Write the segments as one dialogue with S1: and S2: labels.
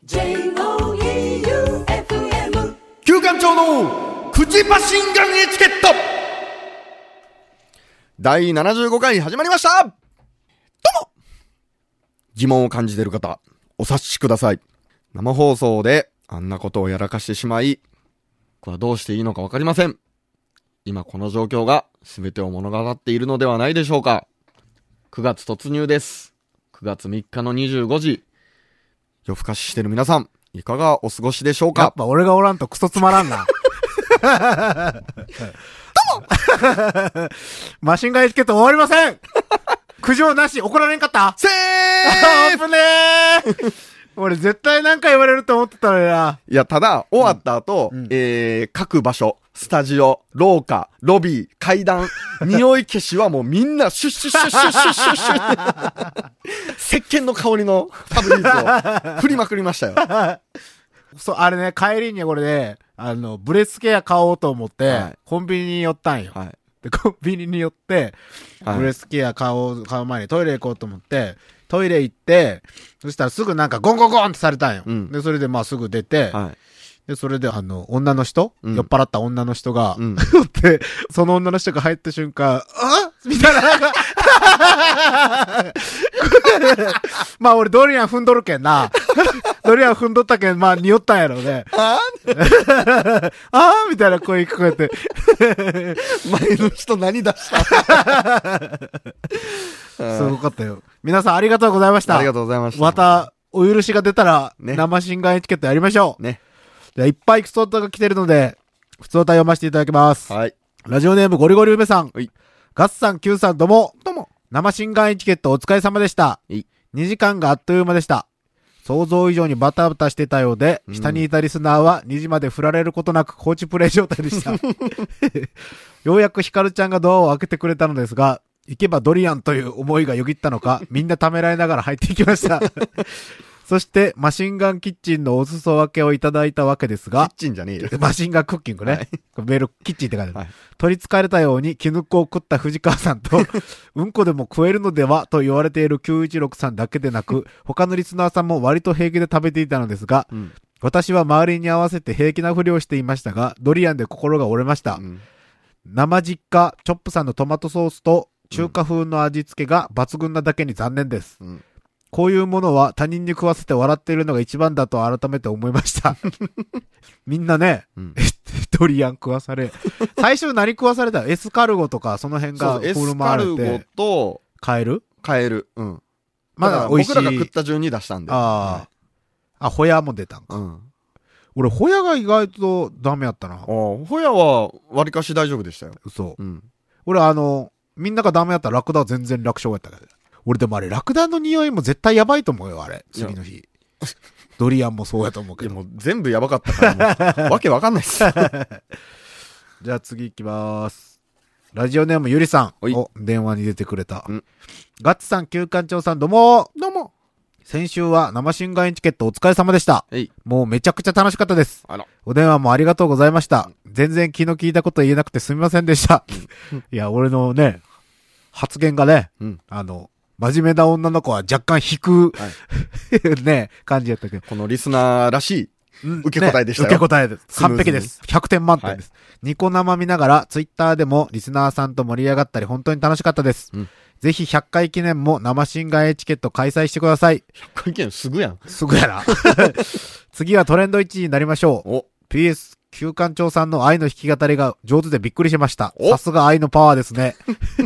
S1: J-O-E-U-F-M
S2: 旧館長の口マシンガンエチケット第75回始まりました。どうも疑問を感じている方、お察しください。生放送であんなことをやらかしてしまい、これはどうしていいのかわかりません。今この状況が全てを物語っているのではないでしょうか。9月突入です。9月3日の25時。夜更かししてる皆さん、いかがお過ごしでしょうか。
S3: やっぱ俺がおらんとクソつまらんな。どうもマシンガンエチケット終わりません。苦情なし、怒られんかった
S2: せー
S3: 危ねー俺絶対何回言われると思ってたのにな。
S2: いや、ただ、終わった後、各場所、スタジオ、廊下、ロビー、階段、匂い消しはもうみんなシュッシュッシュッシュッシュッシュッシュッ石鹸の香りのファブリーズを振りまくりましたよ。
S3: そう、あれね、帰りにこれで、ブレスケア買おうと思って、
S2: はい
S3: コンビニに寄ったんよ。
S2: はい。
S3: で、コンビニに寄って、
S2: はい
S3: ブレスケア買う前にトイレ行こうと思って、トイレ行って、そしたらすぐなんかゴンゴンゴンってされたんよ。
S2: うん
S3: で、それでまあすぐ出て、
S2: はい。
S3: で、それで女の人、
S2: うん
S3: 酔っ払った女の人が、
S2: うん
S3: で、その女の人が入った瞬間、あみたいな、なんかまあ俺ドリアン踏んどるけんな。ドリアン踏んどったけん、まあ匂ったんやろうね。あーみたいな声聞こえて。
S2: 前の人何出した
S3: すごかったよ。皆さんありがとうございました。
S2: ありがとうございました。
S3: また、お許しが出たら、
S2: ね
S3: 生シンガンエチケットやりましょう。
S2: ね。
S3: じゃあいっぱい普通歌が来てるので、普通歌読ませていただきます。
S2: はい。
S3: ラジオネームゴリゴリ梅さん。
S2: はい
S3: ガッサン Q さんどうも。
S2: どうも。
S3: 生シンガンエチケットお疲れ様でした。
S2: い
S3: 2時間があっという間でした。想像以上にバタバタしてたようで、下にいたリスナーは2時まで振られることなく放置プレイ状態でした。ようやくヒカルちゃんがドアを開けてくれたのですが、行けばドリアンという思いがよぎったのか、みんなためらいながら入っていきました。そして、マシンガンキッチンのお裾分けをいただいたわけですが、
S2: キッチンじゃねえよ。
S3: マシンガンクッキングね。
S2: はい
S3: メール、キッチンって書いてある。
S2: はい
S3: 取り憑かれたように、絹子を食った藤川さんと、うんこでも食えるのではと言われている916さんだけでなく、他のリスナーさんも割と平気で食べていたのですが、
S2: うん。
S3: 私は周りに合わせて平気なふりをしていましたが、ドリアンで心が折れました。
S2: うん
S3: 生実家、チョップさんのトマトソースと、中華風の味付けが抜群なだけに残念です。
S2: うん
S3: こういうものは他人に食わせて笑っているのが一番だと改めて思いました。みんなね、
S2: うん
S3: ドリアン食わされ。最初何食わされたエスカルゴとかその辺が
S2: そう、エス
S3: 振る舞われ
S2: カルゴ
S3: て、
S2: と
S3: カエル
S2: カエル。うん。
S3: まだ美味しい。
S2: 僕らが食った順に出したんで。
S3: ああ。あ、ホヤも出たんか。
S2: うん。
S3: 俺、ホヤが意外とダメやったな。
S2: ホヤは、割かし大丈夫でしたよ。
S3: 嘘。
S2: うん。
S3: 俺みんながダメやったらラクダは全然楽勝やったけど。俺でもあれ、ラクダの匂いも絶対やばいと思うよ、あれ。次の日。ドリアンもそうやと思う
S2: いや、
S3: けど。
S2: もう全部やばかったから、もうわけわかんないっす。
S3: じゃあ次行きまーす。ラジオネームゆりさん。
S2: はい
S3: お、電話に出てくれた。
S2: うん
S3: ガッツさん、旧館長さん、どうも
S2: どうも。
S3: 先週は生シンガンエチケットお疲れ様でした。
S2: はい。
S3: もうめちゃくちゃ楽しかったです。
S2: あら。
S3: お電話もありがとうございました。全然気の利いたこと言えなくてすみませんでした。いや、俺のね、発言がね、
S2: うん。
S3: 真面目な女の子は若干引く、ね、感じやったけど。
S2: このリスナーらしい受け答えでしたよ。
S3: ね受け答えです。
S2: スムーズに
S3: 完璧です。100点満点です。ニコ生見ながら、ツイッターでもリスナーさんと盛り上がったり、本当に楽しかったです。
S2: うん
S3: ぜひ100回記念も生シンガンエチケット開催してください。
S2: これ意見すぐやん。
S3: すぐやな。次はトレンド1位になりましょう。
S2: お、
S3: PS、旧館長さんの愛の弾き語りが上手でびっくりしました。
S2: お
S3: さすが愛のパワーですね。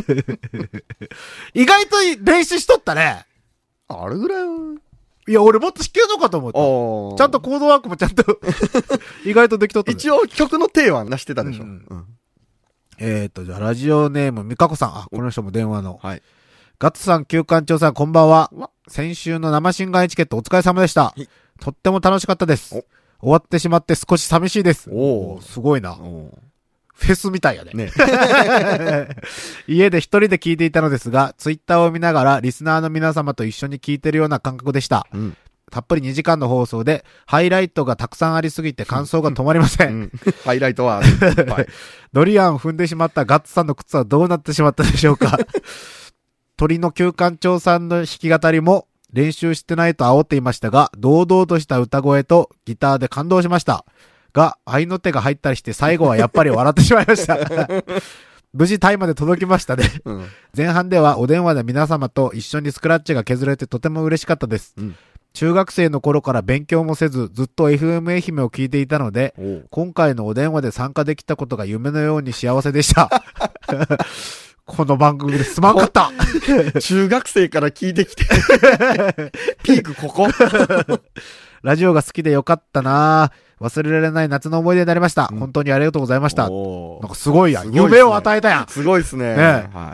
S3: 意外と練習しとったね。
S2: あれぐらいは。
S3: いや、俺もっと弾けるのかと思った。
S2: お
S3: ちゃんとコードワークもちゃんと、意外とできとった、ね。
S2: 一応曲の手はなしてたでしょ。
S3: うん
S2: うん
S3: じゃあ、ラジオネーム、みかこさん。あ、この人も電話の。
S2: はい。
S3: ガッツさん、旧館長さん、こんばんは
S2: うわ。
S3: 先週の生シンガンエチケットお疲れ様でした
S2: い。
S3: とっても楽しかったです。
S2: お
S3: 終わってしまって少し寂しいです。
S2: おー
S3: すごいな。
S2: お
S3: フェスみたいやね。
S2: ね。
S3: 家で一人で聞いていたのですが、ツイッターを見ながらリスナーの皆様と一緒に聞いてるような感覚でした。
S2: うん。
S3: たっぷり2時間の放送で、ハイライトがたくさんありすぎて感想が止まりませ。
S2: うんん。ハイライトは、はい。
S3: ドリアンを踏んでしまったガッツさんの靴はどうなってしまったでしょうか。鳥の旧館長さんの弾き語りも、 練習してないと煽っていましたが、堂々とした歌声とギターで感動しました。が、合いの手が入ったりして最後はやっぱり笑ってしまいました。無事タイまで届きましたね。前半ではお電話で皆様と一緒にスクラッチが削れてとても嬉しかったです。中学生の頃から勉強もせずずっと FM 愛媛を聞いていたので、今回のお電話で参加できたことが夢のように幸せでした。この番組ですまんかった。
S2: 中学生から聞いてきて。ピークここ。
S3: ラジオが好きでよかったな。忘れられない夏の思い出になりました。本当にありがとうございました。なんかすごいやん。夢を与えたやん。
S2: すごいですね。
S3: はい。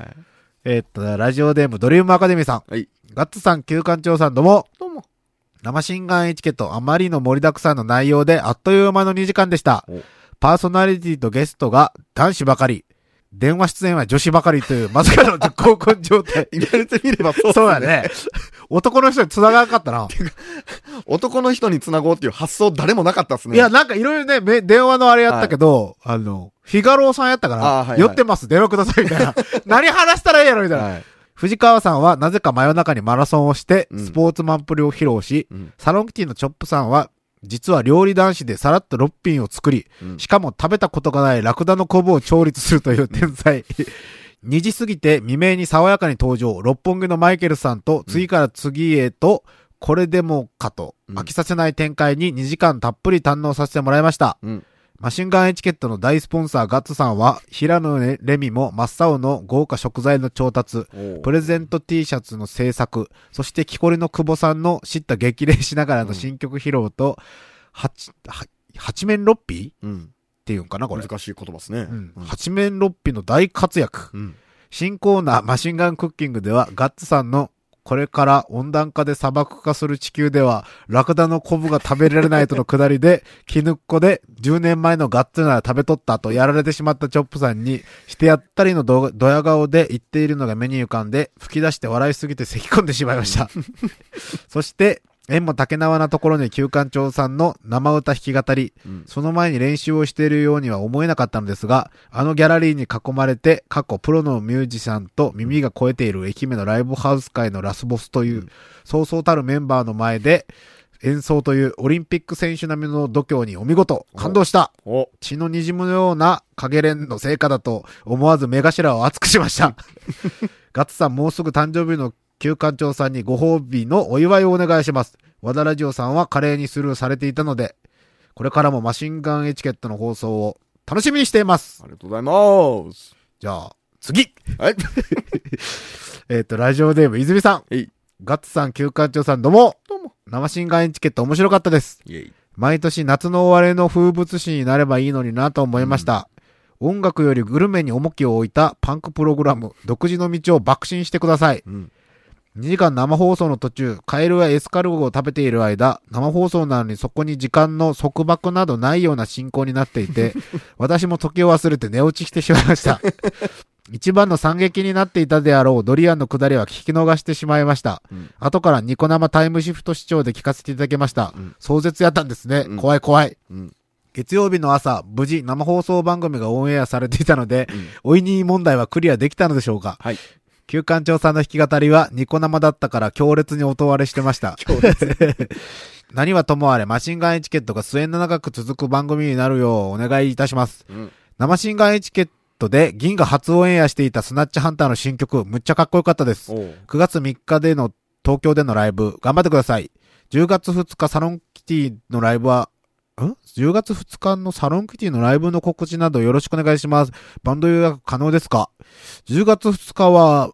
S3: ラジオネームドリームアカデミーさん。
S2: はい。
S3: ガッツさん、旧館長さんどうも。
S2: どうも。
S3: 生新眼エチケットあまりの盛りだくさんの内容であっという間の2時間でした。パーソナリティとゲストが男子ばかり。電話出演は女子ばかりという、まさかの合コン状態。
S2: 言われてみればそうですね。
S3: そうだね。男の人に繋がなかったな。
S2: 男の人に繋ごうっていう発想誰もなかったっすね。
S3: いや、なんかいろいろね、電話のあれやったけど、フィガローさんやったから、酔ってます、電話くださいみたいな。何話したらいいやろみたいな。藤川さんはなぜか真夜中にマラソンをして、スポーツマンプリを披露し、サロンキティのチョップさんは、実は料理男子でさらっと6品を作り、しかも食べたことがないラクダのコブを調律するという天才。2時過ぎて未明に爽やかに登場、六本木のマイケルさんと次から次へと、これでもかと、飽きさせない展開に2時間たっぷり堪能させてもらいました。マシンガンエチケットの大スポンサーガッツさんは、平野レミも真っ青の豪華食材の調達、プレゼント T シャツの制作、そして木こりの久保さんの知った激励しながらの新曲披露と、八面六臂っていうんかなこれ。
S2: 難しい言葉ですね。
S3: 八面六臂の大活躍。新コーナーマシンガンクッキングでは、ガッツさんのこれから温暖化で砂漠化する地球では、ラクダのコブが食べられないとのくだりで、絹っこで10年前のガッツなら食べとったとやられてしまったチョップさんに、してやったりのドヤ顔で言っているのが目に浮かんで、吹き出して笑いすぎて咳き込んでしまいました。そして、縁も竹縄なところに旧館長さんの生歌弾き語り、その前に練習をしているようには思えなかったのですが、あのギャラリーに囲まれて、過去プロのミュージシャンと耳が超えている愛媛のライブハウス界のラスボスという、そうそうたるメンバーの前で、演奏というオリンピック選手並みの度胸にお見事、感動した。血の滲むような影連の成果だと思わず目頭を熱くしました。ガッツさんもうすぐ誕生日の旧館長さんにご褒美のお祝いをお願いします。和田ラジオさんは華麗にスルーされていたので、これからもマシンガンエチケットの放送を楽しみにしています。
S2: ありがとうございます。
S3: じゃあ、次
S2: はい。
S3: ラジオネーム泉さん。ガッツさん、旧館長さん、どうも。
S2: どうも。
S3: 生シンガンエチケット面白かったです。毎年夏の終わりの風物詩になればいいのになと思いました。音楽よりグルメに重きを置いたパンクプログラム、独自の道を爆心してください。2時間生放送の途中、カエルやエスカルゴを食べている間、生放送なのにそこに時間の束縛などないような進行になっていて、私も時を忘れて寝落ちしてしまいました。一番の惨劇になっていたであろうドリアンの下りは聞き逃してしまいました。後からニコ生タイムシフト視聴で聞かせていただきました。壮絶やったんですね。怖い怖い。月曜日の朝、無事生放送番組がオンエアされていたので、おいにー問題はクリアできたのでしょうか。はい。旧館長さんの弾き語りはニコ生だったから強烈に音割れしてました。強烈。何はともあれマシンガンエチケットが末長く続く番組になるようお願いいたします。生シンガンエチケットで銀が初オンエアしていたスナッチハンターの新曲、むっちゃかっこよかったです。9月3日での東京でのライブ、頑張ってください。10月2日サロンキティのライブは、10月2日のサロンキティのライブの告知などよろしくお願いします。バンド予約可能ですか？ 10 月2日は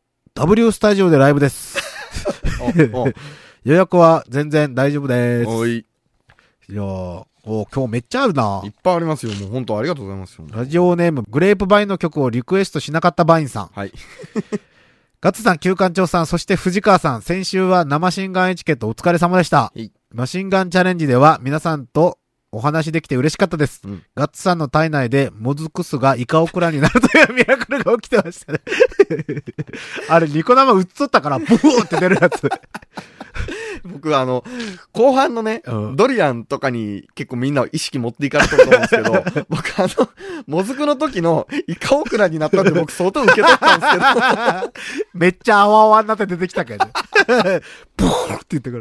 S3: W スタジオでライブです。予約は全然大丈夫です。いやー、今日めっちゃあるな。
S2: いっぱいありますよ。もう本当ありがとうございますよ。
S3: ラジオネームグレープバインの曲をリクエストしなかったバインさん。はい。ガッツさん、旧館長さん、そして藤川さん、先週は生シンガンエチケットお疲れ様でした。マシンガンチャレンジでは皆さんとお話できて嬉しかったです。
S2: うん
S3: ガッツさんの体内でモズクスがイカオクラになるというミラクルが起きてましたね。あれ、ニコ生映っとったから、ブーって出るやつ。
S2: 僕後半のね、
S3: うん
S2: ドリアンとかに結構みんな意識持っていかれたと思うんですけど、僕もずくの時のイカオクラになったって僕相当受け取ったんですけど、
S3: めっちゃ泡々になって出てきたけど。ブーって言ってく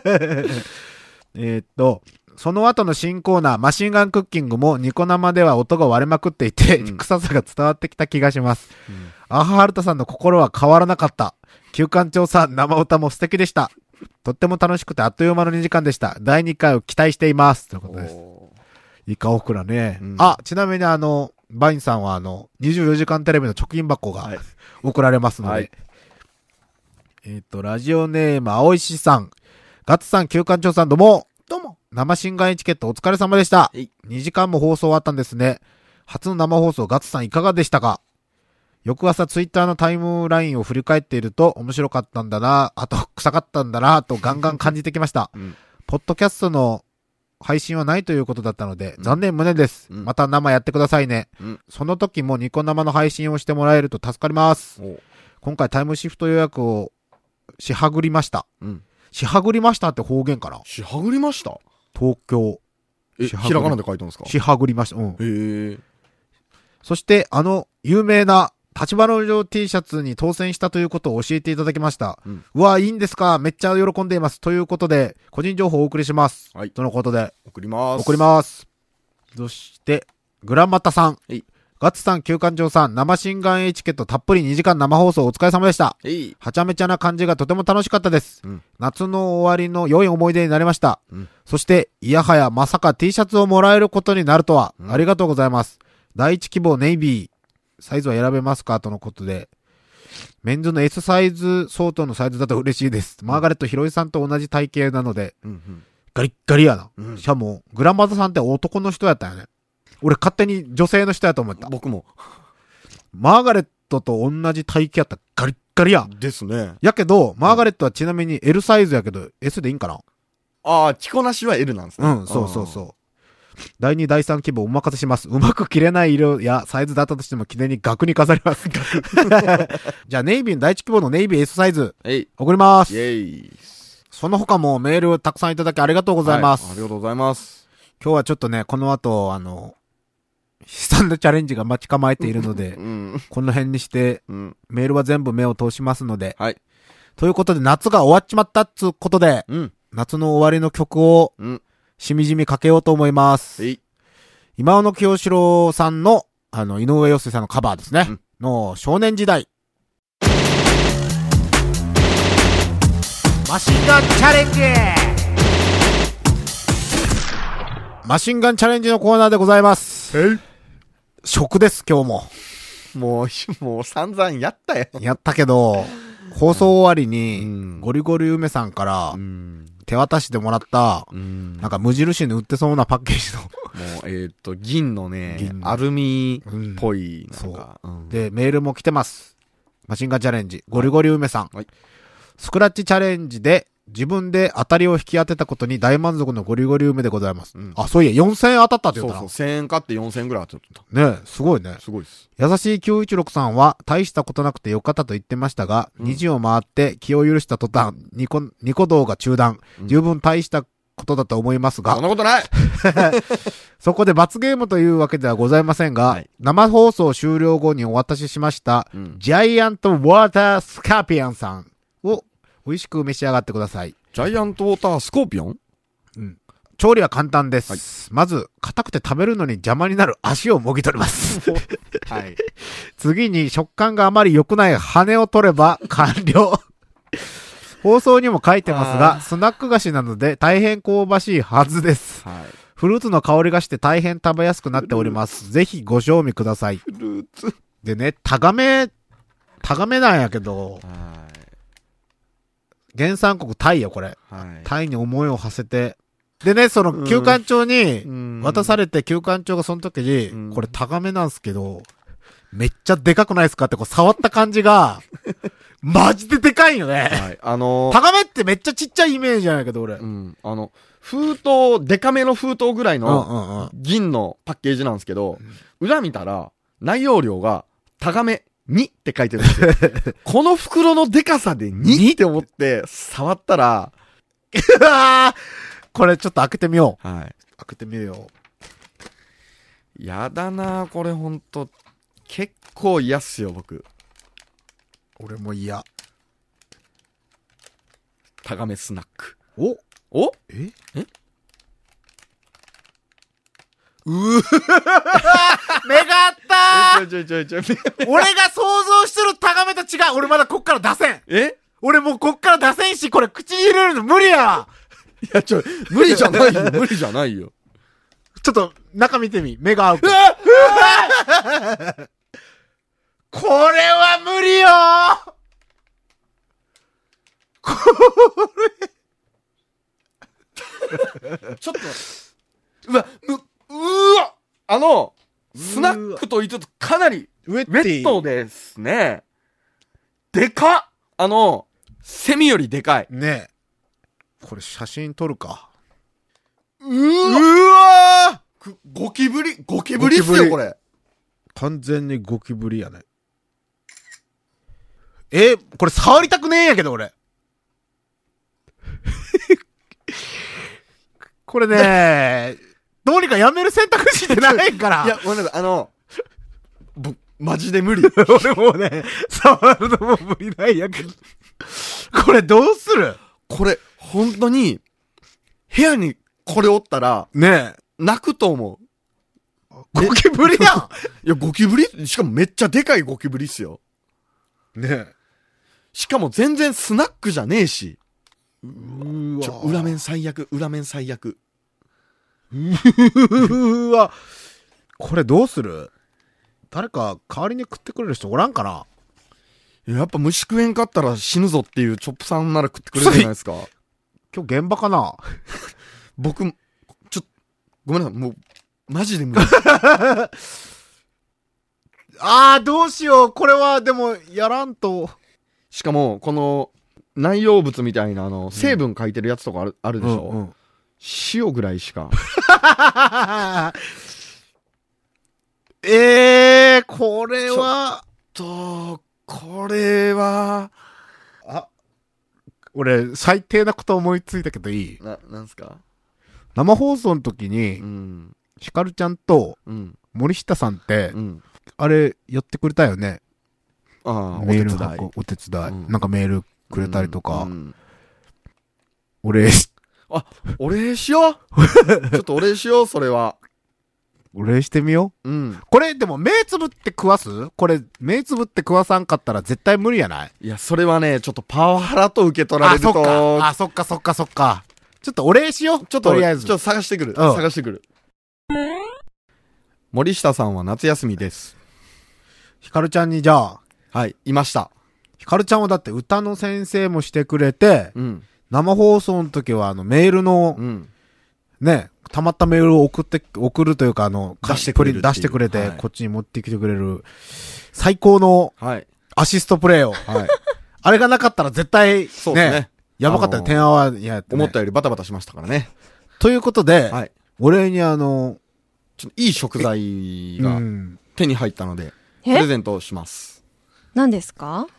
S3: る。その後の新コーナー、マシンガンクッキングもニコ生では音が割れまくっていて、
S2: うん
S3: 臭さが伝わってきた気がします。アハハルタさんの心は変わらなかった。旧館長さん、生歌も素敵でした。とっても楽しくてあっという間の2時間でした。第2回を期待しています。ということです。イカオクラね。
S2: うん
S3: あ、ちなみにバインさんは24時間テレビの貯金箱が、
S2: はい
S3: 送られますので。
S2: はい
S3: ラジオネーム、青石さん。ガッツさん、旧館長さん、どうも。どうも。生新眼エチケットお疲れ様でした。
S2: はい
S3: 2時間も放送あったんですね。初の生放送、ガッツさんいかがでしたか？翌朝ツイッターのタイムラインを振り返っていると面白かったんだな、あと臭かったんだな、とガンガン感じてきました。
S2: うん
S3: ポッドキャストの配信はないということだったので、残念無念です。
S2: うん
S3: また生やってくださいね。
S2: うん
S3: その時もニコ生の配信をしてもらえると助かります。
S2: おう
S3: 今回タイムシフト予約をしはぐりました。
S2: うん
S3: しはぐりましたって方言かな？
S2: しはぐりました？
S3: 東京。
S2: ひ
S3: しはぐり
S2: らがなで書いたんですか？
S3: しはぐりました。うん。
S2: へえ。
S3: そして、有名な立花の城 T シャツに当選したということを教えていただきました。
S2: うん
S3: うわ、いいんですか？めっちゃ喜んでいます。ということで、個人情報をお送りします。
S2: はい
S3: とのことで、
S2: 送ります。
S3: 送ります。そして、グランマタさん。
S2: はい
S3: ガッツさん、旧館長さん、生新眼エチケットたっぷり2時間生放送お疲れ様でした。
S2: えい。
S3: はちゃめちゃな感じがとても楽しかったです。
S2: うん
S3: 夏の終わりの良い思い出になりました。
S2: うん
S3: そして、いやはやまさか T シャツをもらえることになるとは、
S2: うん
S3: ありがとうございます。第一希望ネイビー。サイズは選べますかとのことで、メンズの S サイズ相当のサイズだと嬉しいです。マーガレットひろいさんと同じ体型なので、
S2: うんうん。
S3: ガリッガリやな。
S2: うん
S3: しかも、グランマザさんって男の人やったよね。俺勝手に女性の人やと思った。
S2: 僕も。
S3: マーガレットと同じ体型やったらガリッガリや。
S2: ですね。
S3: やけど、マーガレットはちなみに L サイズやけど、S でいいんかな？
S2: ああ、着こなしは L なんですね。
S3: うん、そうそうそう。第2、第3規模お任せします。うまく切れない色やサイズだったとしても記念に額に飾ります。じゃあ、ネイビーの第1規模のネイビー S サイズ、
S2: えい。
S3: 送ります
S2: イ。ェイ。
S3: その他もメールたくさんいただきありがとうございます。
S2: はいありがとうございます。
S3: 今日はちょっとね、この後、悲惨なチャレンジが待ち構えているので
S2: う、ん。
S3: この辺にして、
S2: うん。
S3: メールは全部目を通しますので、
S2: はい。
S3: ということで、夏が終わっちまったっつうことで、
S2: うん。
S3: 夏の終わりの曲を
S2: うん。
S3: しみじみかけようと思います。
S2: えい。
S3: 今尾の清志郎さんの、井上陽水さんのカバーですね。
S2: うん
S3: の少年時代。マシンガンチャレンジマシンガンチャレンジのコーナーでございます。食です、今日も。
S2: もう散々やったよ。
S3: やったけど、放送終わり
S2: う
S3: に、
S2: ん
S3: ゴリゴリ梅さんから
S2: うん。
S3: 手渡しでもらった、
S2: うん。
S3: なんか無印に売ってそうなパッケージの。
S2: もう、銀のね
S3: 銀、の
S2: アルミっ
S3: うん
S2: ぽい、なんか。うん
S3: で、メールも来てます。マシンガンチャレンジ、ゴリゴリ梅さん。
S2: はい
S3: スクラッチチャレンジで、自分で当たりを引き当てたことに大満足のゴリゴリ梅でございます。
S2: うん
S3: あ、そういや、4000円当たったって言ったな。
S2: そうそう、1000円買って4000円ぐらい当たった。
S3: ねえ、すごいね。
S2: すごいです。
S3: 優しい916さんは、大したことなくてよかったと言ってましたが、
S2: うん
S3: 2時を回って気を許した途端、ニコ動が中断。
S2: うん
S3: 十分大したことだと思いますが
S2: そん、なことない
S3: そこで罰ゲームというわけではございませんが、
S2: はい
S3: 生放送終了後にお渡ししました、
S2: うん
S3: ジャイアントウォータースカーピオンさんを美味しく召し上がってください。
S2: ジャイアントウォータースコーピオン
S3: 調理は簡単です。
S2: はい
S3: まず、硬くて食べるのに邪魔になる足をもぎ取ります。
S2: はい。
S3: 次に食感があまり良くない羽を取れば完了。放送にも書いてます
S2: あ
S3: が、
S2: ー
S3: スナック菓子なので大変香ばしいはずです。
S2: はい。
S3: フルーツの香りがして大変食べやすくなっております。ぜひご賞味ください。
S2: フルーツ。
S3: でね、タガメなんやけど、
S2: は
S3: 原産国タイよ、これ。
S2: い。はい。
S3: タイに思いを馳せて。でね、その、休館長に渡さ
S2: れ
S3: れて、休館長がその時に、
S2: うん
S3: これタガメなんすけど、めっちゃでかくないですかってこう触った感じが、 マジででかいよね。
S2: はい。
S3: タガメってめっちゃちっちゃいイメージじゃないけど、俺。
S2: うん。封筒、デカめの封筒ぐらい
S3: うん
S2: の銀のパッケージなんですけど、裏見たら内容量がタガメ2って書いてるんですよ。この袋のデカさで2って思って触ったら、
S3: これちょっと開けてみよう。
S2: はい。
S3: 開けてみよ
S2: やだなぁ、これほんと、結構嫌っすよ、僕。
S3: う。俺も嫌。
S2: タガメスナック。
S3: お
S2: お
S3: え
S2: え
S3: 目があったー
S2: ちょ。
S3: 俺が想像してるタガメと違う。俺まだこっから出せん。
S2: え
S3: 俺もうこっから出せんし、これ口に入れるの無理や。
S2: いや、無理じゃないよ、無理じゃないよ。
S3: ちょっと中見てみ。目が合う。これは無理よ
S2: ちょっと、うわ、スナックと言いつつかなり、
S3: ウェ
S2: ウェットですね。でかっセミよりでかい。
S3: ねえ。これ写真撮るか。
S2: うわゴキブリっす
S3: ゴキブリ
S2: よ、これ。
S3: 完全にゴキブリやね。これ触りたくねえんやけど、俺。これね、どうにかやめる選択肢ってないから。
S2: いや、ごめんなさい、マジで無理。
S3: 俺もうね、触るのも無理なんやけど。これどうする？
S2: これ、本当に、部屋にこれおったら、
S3: ねえ。
S2: 泣くと思う。
S3: ゴキブリや
S2: いや、ゴキブリしかもめっちゃでかいゴキブリっすよ。
S3: んねえ。
S2: しかも全然スナックじゃねえし。
S3: わ
S2: 裏面最悪。
S3: うわ。これどうする？誰か代わりに食ってくれる人おらんかな？
S2: やっぱ虫食えんかったら死ぬぞっていうチョップさんなら食ってくれるじゃないですか。
S3: 今日現場かな？
S2: 僕、ごめんなさい、もう、マジで無理。
S3: どうしよう。これはでも、やらんと。
S2: しかも、この、内容物みたいな成分書いてるやつとかあるでしょ、塩ぐらいしか。
S3: これは。
S2: これは、
S3: 俺、最低なこと思いついたけどいい？
S2: なんすか？
S3: 生放送の時に、ヒカルちゃんと森下さんって、あれ、やってくれたよね。メールのお手伝い。なんかメールくれたりとか。お礼し
S2: ようちょっとお礼しよう、それは。
S3: お礼してみよう。これ、でも目つぶって食わす？これ、目つぶって食わさんかったら絶対無理やない？
S2: いや、それはね、ちょっとパワハラと受け取られると。
S3: そっか。ちょっとお礼しよう。とりあえず。
S2: ちょっと探してくる。森下さんは夏休みです。
S3: ヒカルちゃんにじゃあ。
S2: はい、いました。
S3: ヒカルちゃんはだって歌の先生もしてくれて、生放送の時はメールの、ね、溜まったメールを送るというか出してくれて、こっちに持ってきてくれる、最高の、アシストプレイを。あれがなかったら絶対、
S2: そうですね。
S3: やばかったよ、天泡やって。
S2: 思ったよりバタバタしましたからね。
S3: ということで、お礼にちょ
S2: っといい食材が手に入ったので、プレゼントをします。
S4: 何ですか？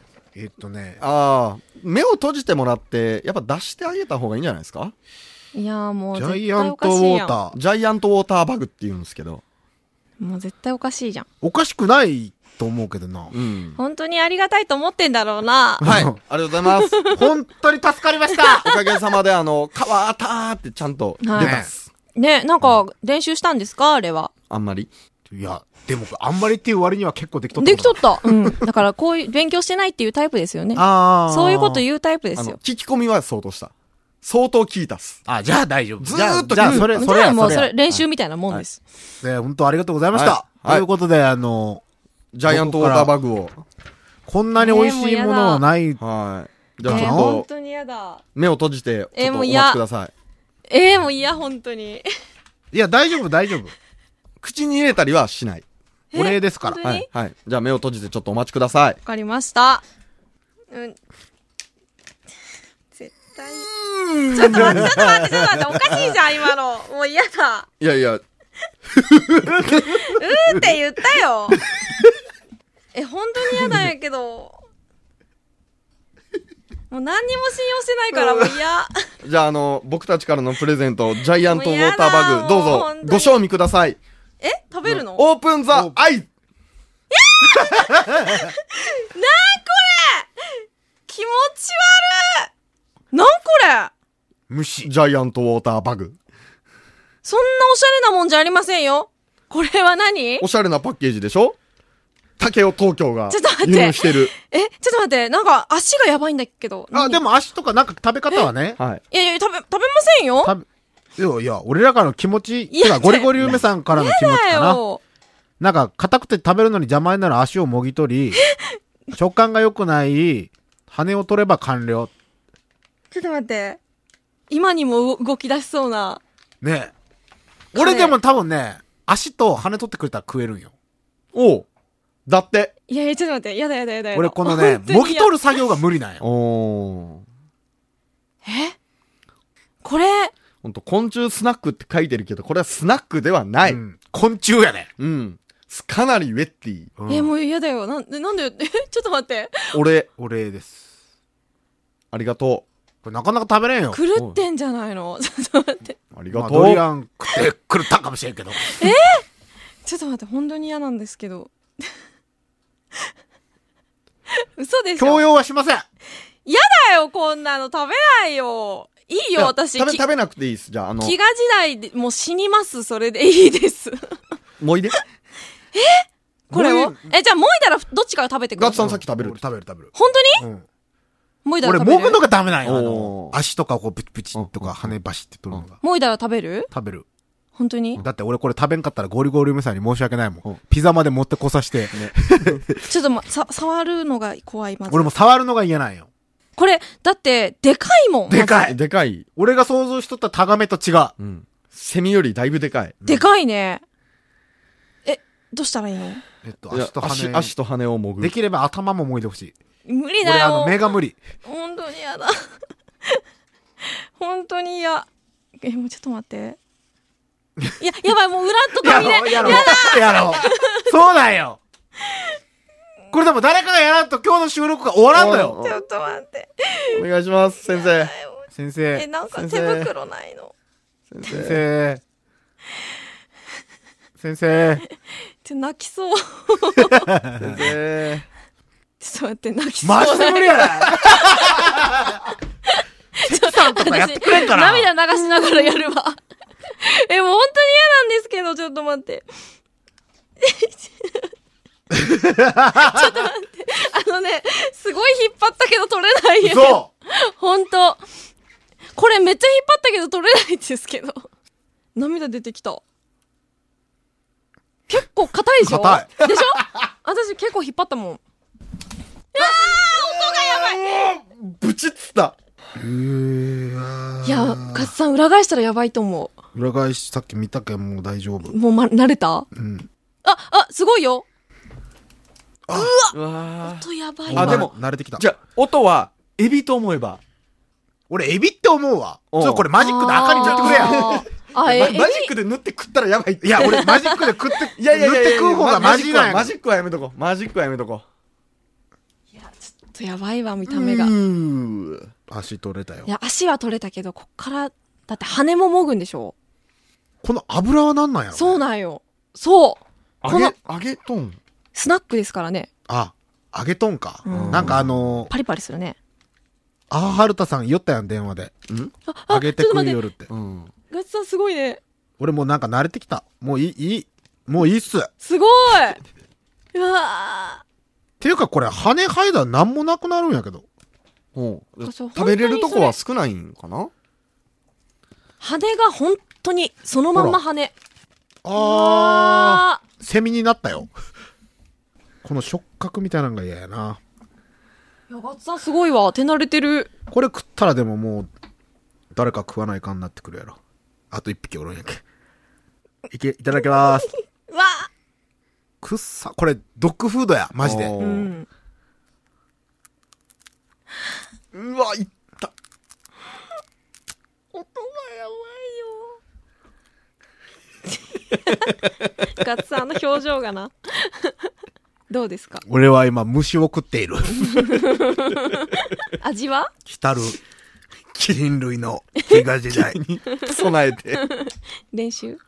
S2: 目を閉じてもらって、やっぱ出してあげた方がいいんじゃないですか？
S4: いやもう
S3: ジャイアントウォーター。
S2: ジャイアントウォーターバグって言うんですけど。
S4: もう絶対おかしいじゃん。
S3: おかしくないと思うけどな。
S4: 本当にありがたいと思ってんだろうな。
S2: はい。ありがとうございます。
S3: 本当に助かりました。
S2: おかげさまで川たーってちゃんと出たっす。
S4: ね、なんか練習したんですか？あれは。
S2: あんまり。
S3: いや、でもあんまりっていう割には結構できとった。
S4: できとった。だからこういう勉強してないっていうタイプですよね。そういうこと言うタイプですよ。
S2: 聞き込みは相当した。相当聞いたっす。
S3: じゃあ大丈夫。
S2: ずーっと
S3: じゃあそれ
S4: もうそれ練習みたいなもんです。
S3: 本当ありがとうございました。ということで
S2: ジャイアントウォーターバグを。
S3: こんなに美味しいものはない。
S2: はい。じゃあちょっと、
S4: 本当に嫌だ。
S2: 目を閉じて、ちょっとお待ちください。
S4: もう嫌、本当に。
S3: いや、大丈夫。
S2: 口に入れたりはしない。
S3: お礼ですから。
S2: はい。じゃあ目を閉じてちょっとお待ちください。
S4: わかりました。 うん。絶対。ちょっと待って、おかしいじゃん、今の。もう嫌だ。
S2: いやいや、
S4: って言ったよ。本当に嫌なんやけど。もう何にも信用してないからもう嫌。
S2: じゃあ僕たちからのプレゼント、ジャイアントウォーターバグ、どうぞ
S4: もう本当、に
S2: ご賞味ください。
S4: 食べるの？
S2: オープンザアイ。
S4: なんこれ気持ち悪い。なんこれ
S3: 虫。
S2: ジャイアントウォーターバグ。
S4: そんなおしゃれなもんじゃありませんよ。これは何？
S2: おしゃれなパッケージでしょ？竹尾東京が
S4: ちょっと待って
S2: 輸入してる。
S4: ちょっと待って、なんか足がやばいんだけど。
S3: でも足とかなんか食べ方はね。
S2: はい。
S4: いや、食べませんよ。
S3: いや、俺らからの気持ち、
S4: いや
S3: てかゴリゴリ梅さんからの気持ち
S4: やだ
S3: かな。
S4: よ。
S3: なんか、硬くて食べるのに邪魔になる足をもぎ取り、食感が良くない羽を取れば完了。
S4: ちょっと待って。今にも動き出しそうな。
S3: ねえ。俺でも多分ね、足と羽取ってくれたら食えるんよ。
S2: おう。だって。
S4: いや、ちょっと待って。やだ。
S3: 俺このね、もぎ取る作業が無理なんよ。
S2: おー。
S4: これ。
S2: ほんと、昆虫スナックって書いてるけど、これはスナックではない。
S3: 昆虫やね。
S2: かなりウェッティ。
S4: もう嫌だよ。なんで、ちょっと待って。
S3: 俺です。
S2: ありがと
S3: これなかなか食べれんよ。
S4: 狂ってんじゃないの？ちょっと待って。
S2: う。ありがとう。
S3: ドリアン食って狂ったんかもしれんけど。
S4: ちょっと待って、本当に嫌なんですけど。嘘でしょ？
S3: 強要はしません。
S4: 嫌だよ、こんなの食べないよ。いいよ、私。
S2: 食べなくていいです。じゃあ、
S4: 飢餓時代でもう死にます。それでいいです。
S2: もういで。
S4: これをじゃあ、もいだらどっちから食べてくる
S2: ガッツさんさっき食べる。
S3: 食べる。
S4: 本当に？もいだら
S3: 俺、
S4: 食べる？
S3: もぐのがダメなんよ。
S2: おー
S3: 足とかをこう、プチプチとか、羽バシって取るのが。
S4: もいだら食べる？
S3: 食べる。
S4: 本当に？
S3: だって俺これ食べんかったらゴリゴリ梅さんに申し訳ないもん。ピザまで持ってこさして。
S4: ちょっと触るのが怖い、まず。
S3: 俺も触るのが嫌なんよ。
S4: これ、だって、でかいもん。
S3: でかい。
S2: でかい。
S3: 俺が想像しとったタガメと違う。
S2: セミよりだいぶでかい。
S4: でかいね。どうしたらいいの？
S3: 足
S2: と羽をもぐ。
S3: できれば頭ももいでほしい。
S4: 無理だよ。
S3: 俺目が無理。
S4: 本当に嫌だ。本当に嫌。もうちょっと待って。いや、やばい、もう裏とか見れ。
S3: やろう。そうだよ。これでも誰かがやらんと今日の収録が終わらんのよ。
S4: ちょっと待って。
S2: お願いします、先生。
S3: 先生。
S4: なんか手袋ないの。
S3: 先生。
S4: 泣きそう。
S2: 先生。
S4: ちょっと待って、泣きそう。
S3: マジで無理やない関さんとかやってくれんかな。
S4: 涙流しながらやるわ。もう本当に嫌なんですけど、ちょっと待って。ちょっと待って。すごい引っ張ったけど取れないよ。
S3: そう。
S4: 本当。これめっちゃ引っ張ったけど取れないんですけど。涙出てきた。結構硬いでしょ？
S3: 硬い。
S4: でしょ？私結構引っ張ったもん。音がやばい。
S2: ブチッつった。
S4: いや、ガッツさん裏返したらやばいと思
S3: う。裏返しさっき見たけどもう大丈夫。
S4: もう慣れた？すごいよ。
S2: うわ
S4: 音やばい。
S2: でも
S3: 慣れてきた。
S2: じゃあ、音はエビと思えば。
S3: 俺エビって思うわ。これマジックで赤に塗ってくれや。
S2: マジックで塗って食ったらやばいって。
S3: いや、俺マジックで塗って食う方がマジなんや。
S2: マジックはやめとこう。
S4: いや、ちょっとやばいわ、見た目が。
S3: 足取れたよ。
S4: いや、足は取れたけど、こっから、だって羽ももぐんでしょ？
S3: この油は何なんやろ？
S4: そうなんよ。そう。
S2: 揚げとん。
S4: スナックですからね。
S3: 揚げとんか。なんか
S4: パリパリするね。
S3: はるたさん言ったやん、電話で。揚げて食いよるって。
S4: ガッツさんすごいね。
S3: 俺もうなんか慣れてきた。もういいっす。
S4: すごい。うわ
S3: ていうかこれ羽生えたらなんもなくなるんやけど。
S2: 食べれるとこは少ないんかな？
S4: 羽が本当にそのまんま羽。
S3: セミになったよ。この触覚みたいなのが嫌やな。
S4: いや、ガッツさんすごいわ。手慣れてる。
S3: これ食ったらでももう誰か食わないかんなってくるやろ。あと一匹おるんやけ。いただきます。
S4: うわ
S3: くっさ。これドッグフードやマジで。
S2: うわ、いった。
S4: 音がやばいよ。ガッツさんの表情がな。どうですか？
S3: 俺は今虫を食っている。
S4: 味は？
S3: 来たる人類の飢餓時代に
S2: 備えて。
S4: 練習？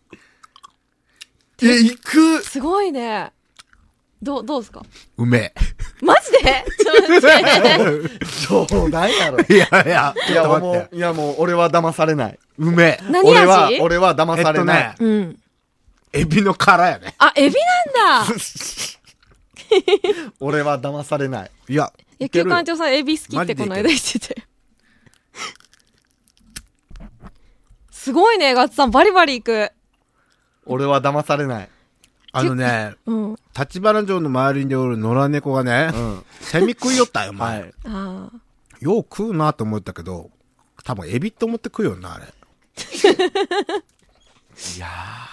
S2: 行く。
S4: すごいね。どうですか？
S3: うめ
S4: マジで？ちょっと待って。
S2: 冗談やろ。
S3: え。いやいや、
S2: いや、もう、俺は騙されない。
S3: うめえ。
S4: 何味？
S2: 俺は騙されない。
S4: うん。
S3: エビの殻やね。
S4: あ、エビなんだ。
S2: 俺は騙されない。
S3: いや、
S4: 野球館長さんエビ好きってこの間言ってて。すごいね、ガッツさん。バリバリいく。
S2: 俺は騙されない。
S3: あのね、
S4: うん。
S3: 立花城の周りにおる野良猫がね、セミ食いよったよ、前。
S2: はい。
S4: ああ。
S3: よう食うなと思ったけど、多分エビって思って食うよな、あれ。
S2: いや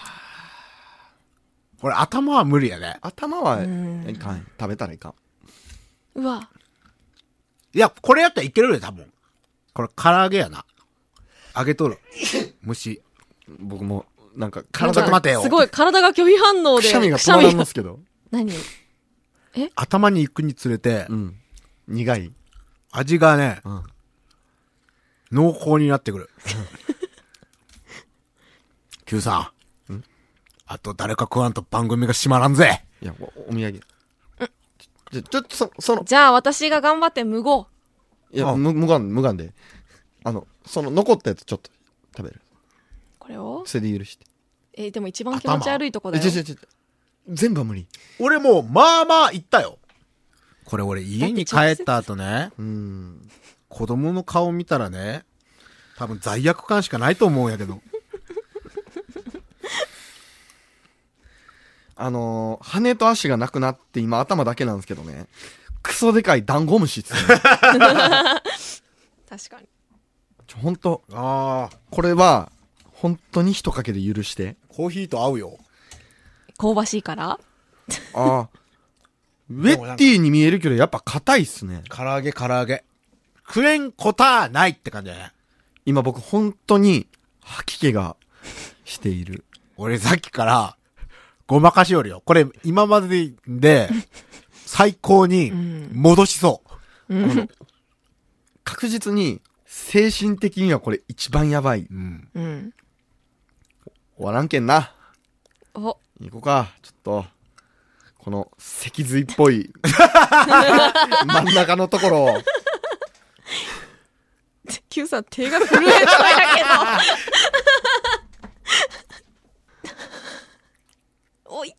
S3: これ頭は無理やね。
S2: 頭はいかん。食べたらいかん。
S4: うわ。
S3: いや、これやったらいけるよ、多分。これ唐揚げやな。揚げとる。虫。
S2: 僕も、なんか、
S3: ちょっと待てよ。
S4: すごい、体が拒否反応で。
S2: くしゃみが止まらんますけど。
S4: 何？
S3: 頭に行くにつれて、
S2: うん。苦い。
S3: 味がね、
S2: うん。
S3: 濃厚になってくる。Q さん。あと誰か食わんと番組が閉まらんぜ。
S2: いや、お土産。ちょっと、その、
S4: じゃあ私が頑張って無言。
S2: いや、
S3: あ
S2: 無眼で。その残ったやつちょっと食べる。
S4: これを？
S2: それで許して。
S4: でも一番気持ち悪いとこだよ。
S2: 全部は無理。
S3: 俺もう、まあまあ言ったよ。これ俺家に帰った後ね、子供の顔見たらね、多分罪悪感しかないと思うんやけど。
S2: 羽と足がなくなって今頭だけなんですけどね。クソでかいダンゴムシっすね。
S4: 確かに。
S2: ほんと、
S3: ああ、
S2: これは、本当に一かけで許して。
S3: コーヒーと合うよ。
S4: 香ばしいから？
S2: ああ。ウェッティに見えるけど、やっぱ硬いっすね。
S3: 唐揚げ。食えんこたないって感じだね。
S2: 今僕本当に吐き気がしている。
S3: 俺さっきから、ごまかしよるよ。これ今までで、最高に戻しそう。
S2: 確実に、精神的にはこれ一番やばい。
S3: うん。
S2: 終わらんけんな。
S4: お、
S2: 行こうか。ちょっと、この脊髄っぽい真ん中のところを。
S4: Q さん手が震えそうやけど。お、いった。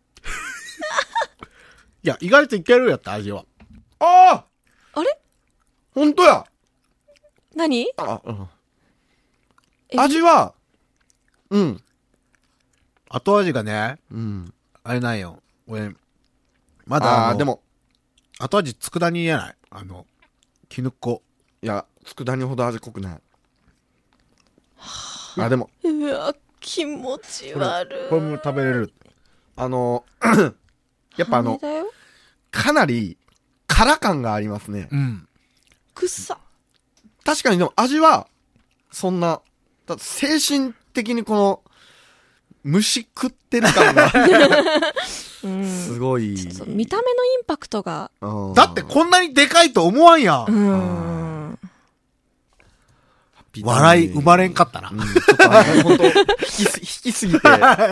S3: いや、意外といけるやった、味は。
S2: ああ
S4: あれ？
S2: ほんとや。
S4: 何？
S2: 味は、
S3: 後味がね、あれなんよ。俺、まだ
S2: でも、
S3: 後味佃煮やない。絹子。
S2: いや、佃煮ほど味濃くない。でも、
S4: うわ、気持ち悪い。
S3: これも食べれる。
S2: やっぱ
S4: 羽だよ。
S2: かなり、辛感がありますね。
S4: くっさ。
S2: 確かにでも味は、そんな、だって精神的にこの、虫食ってる感が、すごい。
S4: 見た目のインパクトが。
S3: だってこんなにでかいと思わんやん。笑い生まれんかったな。
S2: ちょっと本当引きすぎて。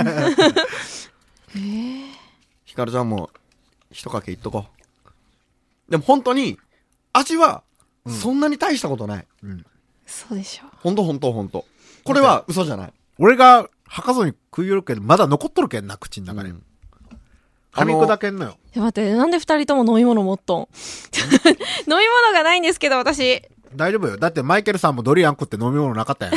S2: ひかるちゃんも、一かけいっとこう。でも本当に、味は、そんなに大したことない。
S4: そうでしょ。
S2: ほんと。これは嘘じゃない。
S3: 俺が吐かずに食いよるけど、まだ残っとるけんな、口の中に。噛み砕けんのよ。
S4: 待って、なんで二人とも飲み物持っとん？飲み物がないんですけど、私。
S3: 大丈夫よ。だってマイケルさんもドリアン食って飲み物なかったやん。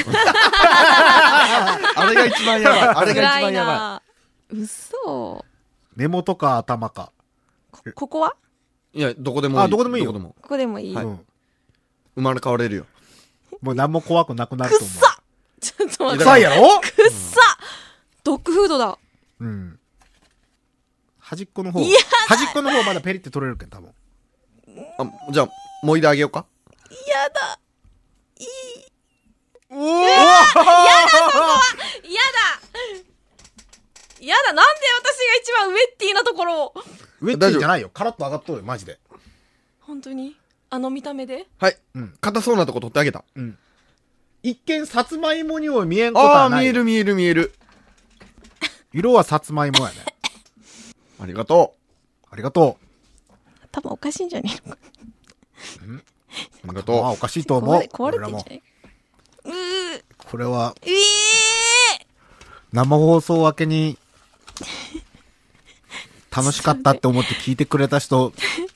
S2: あれが一番やばい。あれが一番やば
S4: い。嘘。
S3: 根元か頭か。
S4: ここは？
S2: いや、どこでもいい。
S3: あ、どこでもいいよ。
S4: ここでもいい。
S2: 生まれ変われるよ。
S3: もう何も怖くなくなると思う。
S4: くっさ！ちょっと待って。
S3: 臭いやろ？
S4: くっさ！ドッグフードだ。
S3: 端っこの方まだペリって取れるけん、多分。
S2: じゃあ、 もいであげようか。
S4: やだ。
S3: おお
S4: やだやだ、なんで私が一番ウェッティなところを。
S3: ウェッティじゃないよ。カラッと上がっとるよ、マジで。
S4: 本当にあの見た目で
S2: はい。
S3: うん
S2: 硬そうなとこ取ってあげた。
S3: 一見、さつまいもには見えんことはない。
S2: 見える。
S3: 色はさつまいもやね。
S2: ありがと
S3: ありがと
S4: 多分おかしいんじゃねえの
S2: う。ありが
S3: う。
S2: と
S3: まあ、おかしいと思う。
S4: 壊れてんじゃ
S3: 俺らも
S4: ない
S3: これは、
S4: ええ
S3: 生放送明けに、楽しかったって思って聞いてくれた人、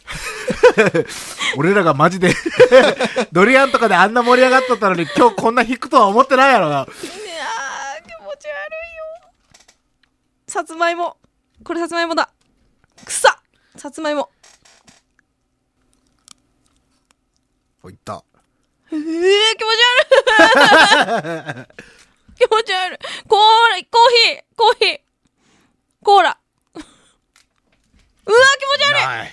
S3: 俺らがマジで、ドリアンとかであんな盛り上がっとったのに今日こんな引くとは思ってないやろな。
S4: いやー、気持ち悪いよ。さつまいも。これさつまいもだ。草さつまいも。
S3: おいった。
S4: 気持ち悪い。気持ち悪い。コーヒー、コーラ。うわ、気持ち悪い。
S3: ない。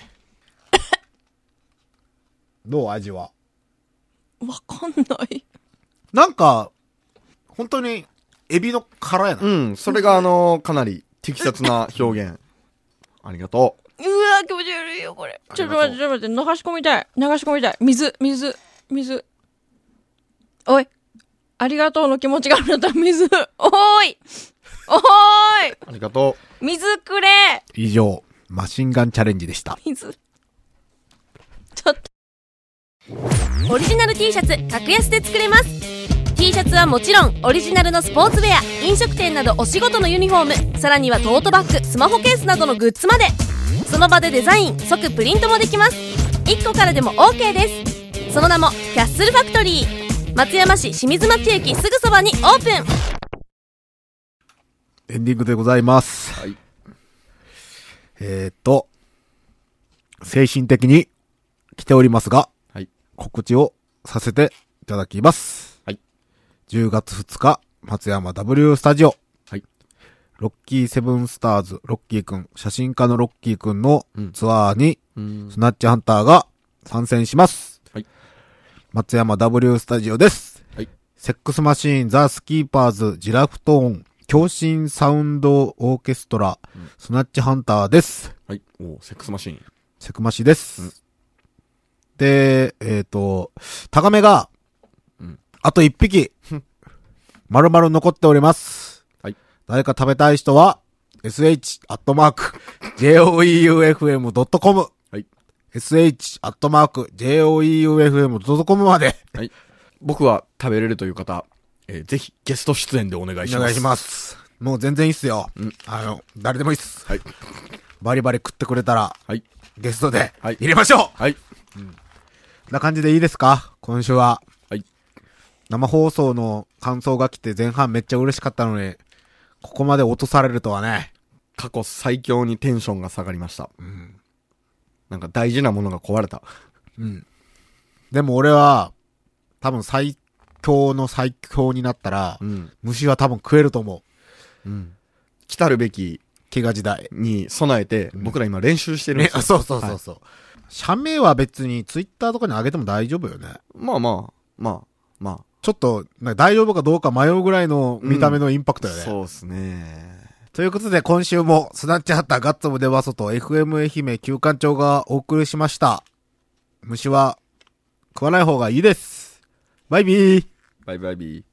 S3: どう味は。
S4: わかんない。
S3: なんか、本当に、エビの殻やな。
S2: う。それがかなり適切な表現。ありがと
S4: うわ、気持ち悪いよ、これ。ちょっと待って、流し込みたい。水。おい。ありがとうの気持ちがあるんだったら水。おーい。
S2: う。ありがと
S4: 水くれ。
S3: 以上、マシンガンチャレンジでした。
S4: 水。ちょっと。
S5: オリジナル T シャツ格安で作れます。 T シャツはもちろんオリジナルのスポーツウェア、飲食店などお仕事のユニフォーム、さらにはトートバッグ、スマホケースなどのグッズまで、その場でデザイン即プリントもできます。1個からでも OK です。その名もキャッスルファクトリー。松山市清水町駅すぐそばにオープン。
S3: エンディングでございます。
S2: はい。
S3: 精神的に来ておりますが、
S2: はい。
S3: 告知をさせていただきます。
S2: はい。
S3: 10月2日、松山 W スタジオ。
S2: はい。
S3: ロッキーセブンスターズ、ロッキーくん、写真家のロッキーくんの
S2: うん
S3: ツアーに、
S2: うん。
S3: スナッチハンターが参戦します。
S2: はい。
S3: 松山 W スタジオです。
S2: はい。
S3: セックスマシーン、ザ・スキーパーズ、ジラフトーン、共振サウンドオーケストラ、スナッチハンターです。
S2: はい。おセックスマシーン。
S3: セクマシです。
S2: うん
S3: で、タガメが、
S2: うん
S3: あと1匹、丸々残っております。
S2: はい。
S3: 誰か食べたい人は、sh.joeufm.com。
S2: はい。
S3: sh.joeufm.com まで。
S2: はい。僕は食べれるという方、ぜひゲスト出演でお願いします。
S3: お願いします。もう全然いいっすよ。
S2: うん
S3: 誰でもいいっす。
S2: はい。
S3: バリバリ食ってくれたら、
S2: はい。
S3: ゲストで
S2: はい
S3: 入れましょう、
S2: はい。
S3: な感じでいいですか今週は。
S2: はい。
S3: 生放送の感想が来て前半めっちゃ嬉しかったのに、ここまで落とされるとはね。
S2: 過去最強にテンションが下がりました。なんか大事なものが壊れた。
S3: でも俺は、多分最強の最強になったら、
S2: うん。
S3: 虫は多分食えると思う。
S2: うん。来たるべき
S3: 飢餓時代。
S2: に備えて、僕ら今練習してるんですよ。
S3: そうそうそう
S2: はい
S3: そう。社名は別にツイッターとかに上げても大丈夫よね。
S2: まあまあ、まあ、ま
S3: ちょっと、大丈夫かどうか迷うぐらいの見た目のインパクト
S2: あ。
S3: よね。
S2: そうですね。
S3: ということで今週もスナッチハッターガッツオブデバソと FM 愛媛旧館長がお送りしました。虫は食わない方がいいです。バイビー。
S2: バイバイビー。